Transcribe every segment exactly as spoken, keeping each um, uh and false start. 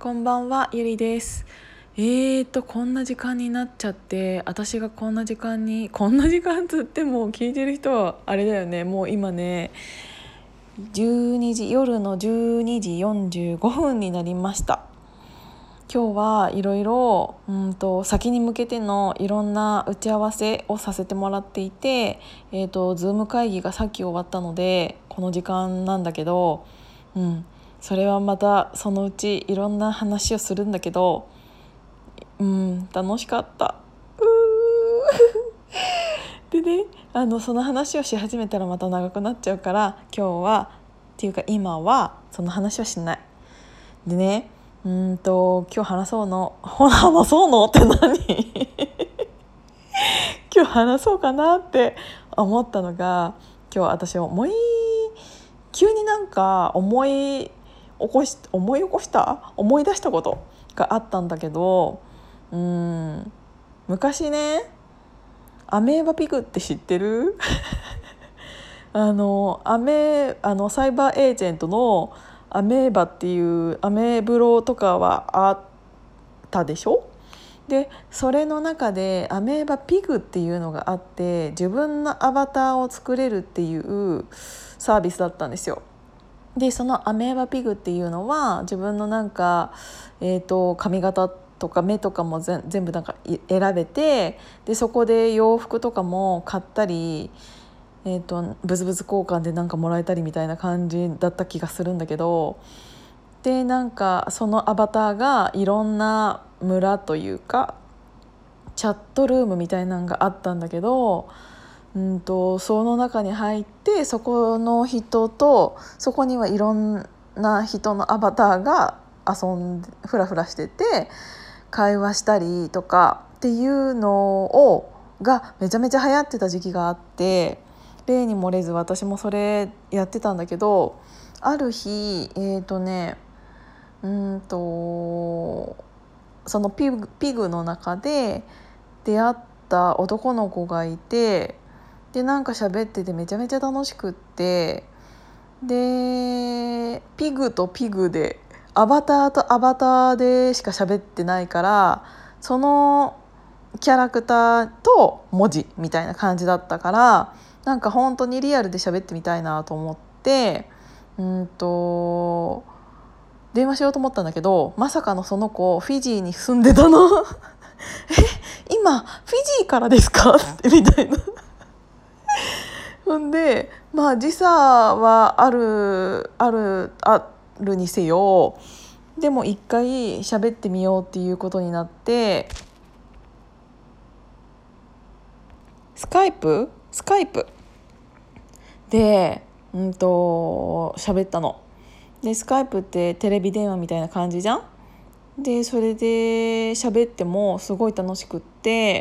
こんばんは、ゆりです。えーとこんな時間になっちゃって、私がこんな時間にこんな時間つっても聞いてる人はあれだよね。もう今ねじゅうにじ夜のじゅうにじよんじゅうごふんになりました。今日はいろいろうんと先に向けてのいろんな打ち合わせをさせてもらっていて、えーとズーム会議がさっき終わったのでこの時間なんだけど、うんそれはまたそのうちいろんな話をするんだけど、うん楽しかった。うーでねあのその話をし始めたらまた長くなっちゃうから、今日はっていうか今はその話はしないでね。うんと今日話そうのほ話そうのって何今日話そうかなって思ったのが、今日私思い急になんか思い起こし思い起こした思い出したことがあったんだけど、うーん昔ねアメーバピグって知ってるあのアメあのサイバーエージェントのアメーバっていうアメブロとかはあったでしょ。でそれの中でアメーバピグっていうのがあって、自分のアバターを作れるっていうサービスだったんですよ。でそのアメーバピグっていうのは自分のなんか、えーと、髪型とか目とかも全部なんか選べて、でそこで洋服とかも買ったり、えーと、ブツブツ交換でなんかもらえたりみたいな感じだった気がするんだけど、でなんかそのアバターがいろんな村というかチャットルームみたいなのがあったんだけど、うんとその中に入ってそこの人とそこにはいろんな人のアバターが遊んでフラフラしてて会話したりとかっていうのをがめちゃめちゃ流行ってた時期があって、例に漏れず私もそれやってたんだけど、ある日えっとねうんとそのピグ、ピグの中で出会った男の子がいて、でなんか喋っててめちゃめちゃ楽しくって、でピグとピグでアバターとアバターでしか喋ってないから、そのキャラクターと文字みたいな感じだったから、なんか本当にリアルで喋ってみたいなと思ってうんと電話しようと思ったんだけど、まさかのその子フィジーに住んでたのえ今フィジーからですかってみたいなほんでまあ時差はあるあるあるにせよ、でも一回喋ってみようっていうことになって、スカイプスカイプでうんと喋ったの。でスカイプってテレビ電話みたいな感じじゃん。でそれで喋ってもすごい楽しくって、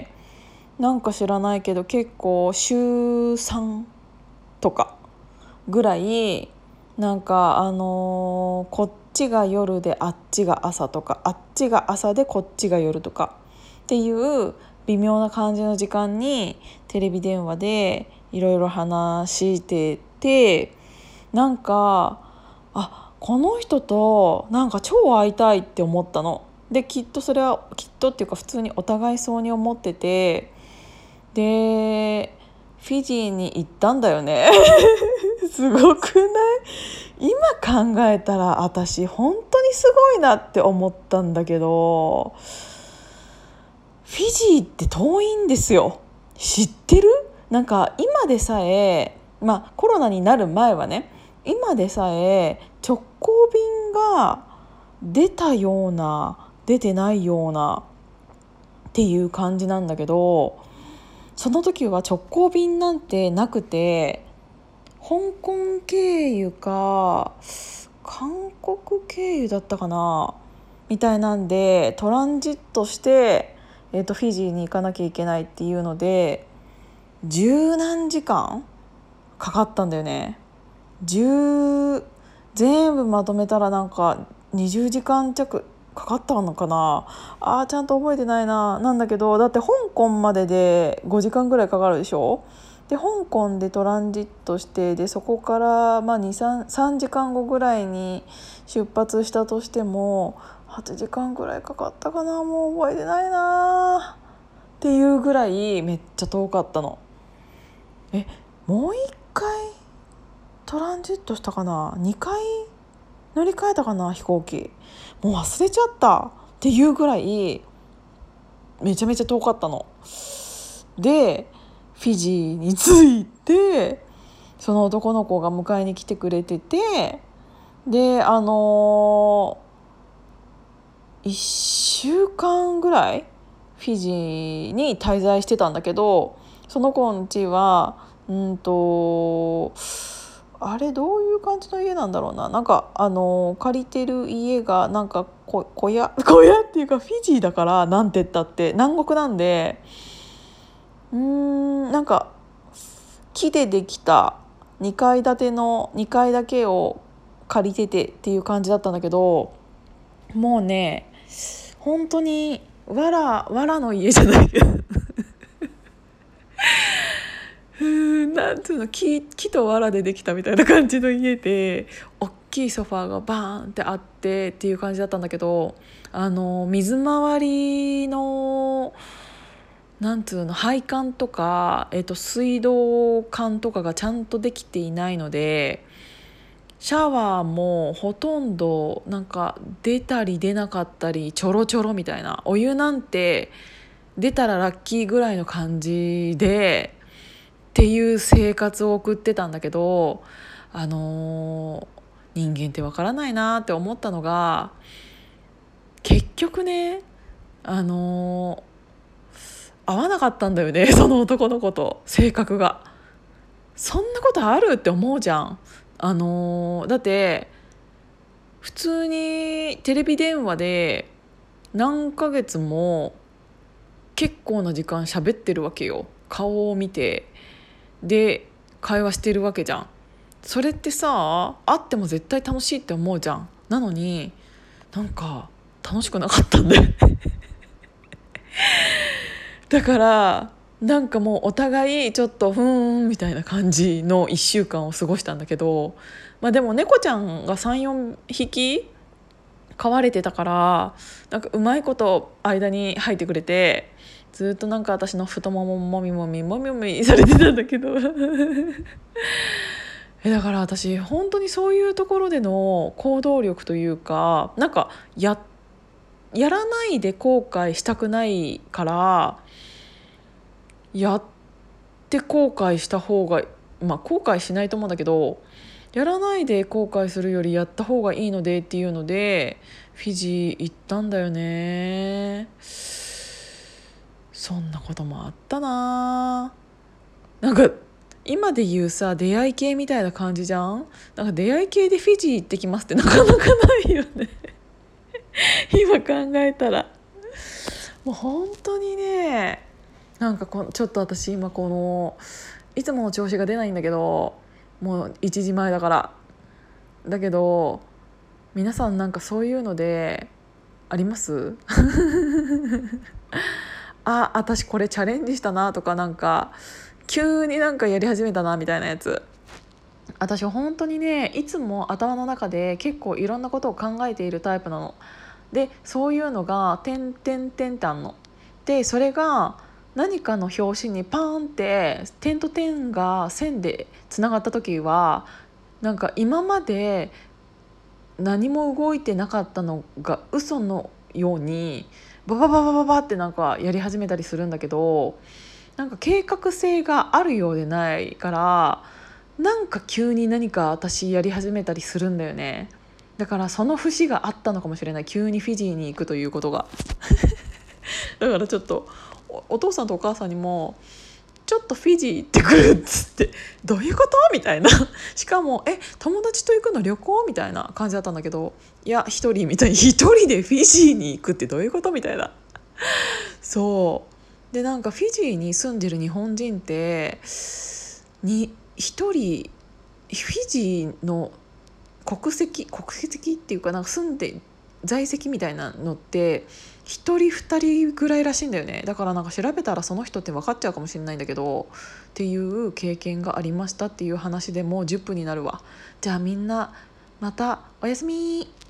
なんか知らないけど結構週さんとかぐらいなんかあのーこっちが夜であっちが朝とか、あっちが朝でこっちが夜とかっていう微妙な感じの時間にテレビ電話でいろいろ話してて、なんかあこの人となんか超会いたいって思ったの。できっとそれはきっとっていうか普通にお互いそうに思ってて、でフィジーに行ったんだよねすごくない？今考えたら私本当にすごいなって思ったんだけど、フィジーって遠いんですよ。知ってる？なんか今でさえ、まあコロナになる前はね、今でさえ直行便が出たような出てないようなっていう感じなんだけど、その時は直行便なんてなくて、香港経由か韓国経由だったかなみたいなんでトランジットして、えーと、フィジーに行かなきゃいけないっていうので十何時間かかったんだよね。じゅう全部まとめたらなんかにじゅうじかん弱かかったのかなあーちゃんと覚えてないな。なんだけどだって香港まででごじかんぐらいかかるでしょ。 で香港でトランジットして、でそこからまあにさん、さんじかんごぐらいに出発したとしてもはちじかんぐらいかかったかな、もう覚えてないなっていうぐらいめっちゃ遠かったの。えもう一回トランジットしたかな、にかい乗り換えたかな飛行機、もう忘れちゃったっていうぐらいめちゃめちゃ遠かったので、フィジーに着いてその男の子が迎えに来てくれてて、であのー、いっしゅうかんぐらいフィジーに滞在してたんだけど、その子ん家はうんとあれどういう感じの家なんだろうな、なんかあの借りてる家がなんか小屋小屋っていうか、フィジーだからなんて言ったって南国なんで、うーんなんか木でできたにかい建てのにかいだけを借りててっていう感じだったんだけど、もうね本当にわらわらの家じゃないけどうーんなんていうの 木, 木と藁でできたみたいな感じの家で、大きいソファーがバーンってあってっていう感じだったんだけど、あの水回りのなんていうの配管とか、えーと、水道管とかがちゃんとできていないので、シャワーもほとんどなんか出たり出なかったりちょろちょろみたいな、お湯なんて出たらラッキーぐらいの感じでっていう生活を送ってたんだけど、あのー人間ってわからないなって思ったのが、結局ねあのー合わなかったんだよねその男の子と性格が。そんなことあるって思うじゃん。あのーだって普通にテレビ電話で何ヶ月も結構な時間喋ってるわけよ、顔を見てで会話してるわけじゃん。それってさ会っても絶対楽しいって思うじゃん。なのになんか楽しくなかったんだよだからなんかもうお互いちょっとふーんみたいな感じのいっしゅうかんを過ごしたんだけど、まあ、でも猫ちゃんが さん,よん 匹飼われてたから、なんかうまいこと間に入ってくれて、ずっとなんか私の太もももみもみもみもみされてたんだけどえだから私本当にそういうところでの行動力というか、なんかややらないで後悔したくないから、やって後悔した方が、まあ後悔しないと思うんだけど、やらないで後悔するよりやった方がいいのでっていうのでフィジー行ったんだよね。そんなこともあったな。なんか今で言うさ出会い系みたいな感じじゃん。なんか出会い系でフィジー行ってきますってなかなかないよね今考えたらもう本当にね、なんかこちょっと私今このいつもの調子が出ないんだけど、もういちじまえだから。だけど皆さんなんかそういうのでありますあ、私これチャレンジしたなとか、なんか急になんかやり始めたなみたいなやつ。私本当にねいつも頭の中で結構いろんなことを考えているタイプなので、そういうのが点点点ってあんので、それが何かの表紙にパーンって点と点が線でつながった時は、なんか今まで何も動いてなかったのが嘘のようにババババババってなんかやり始めたりするんだけど、なんか計画性があるようでないから、なんか急に何か私やり始めたりするんだよね。だからその節があったのかもしれない、急にフィジーに行くということがだからちょっと お, お父さんとお母さんにもちょっとフィジー行ってくるっつってどういうことみたいなしかもえ友達と行くの旅行みたいな感じだったんだけど、いや一人みたいに一人でフィジーに行くってどういうことみたいなそうで、なんかフィジーに住んでる日本人ってに一人フィジーの国籍国籍っていうかなんか住んで在籍みたいなのってひとりふたりぐらいらしいんだよね。だからなんか調べたらその人って分かっちゃうかもしれないんだけど、っていう経験がありましたっていう話でもうじゅっぷんになるわ。じゃあみんなまたおやすみ。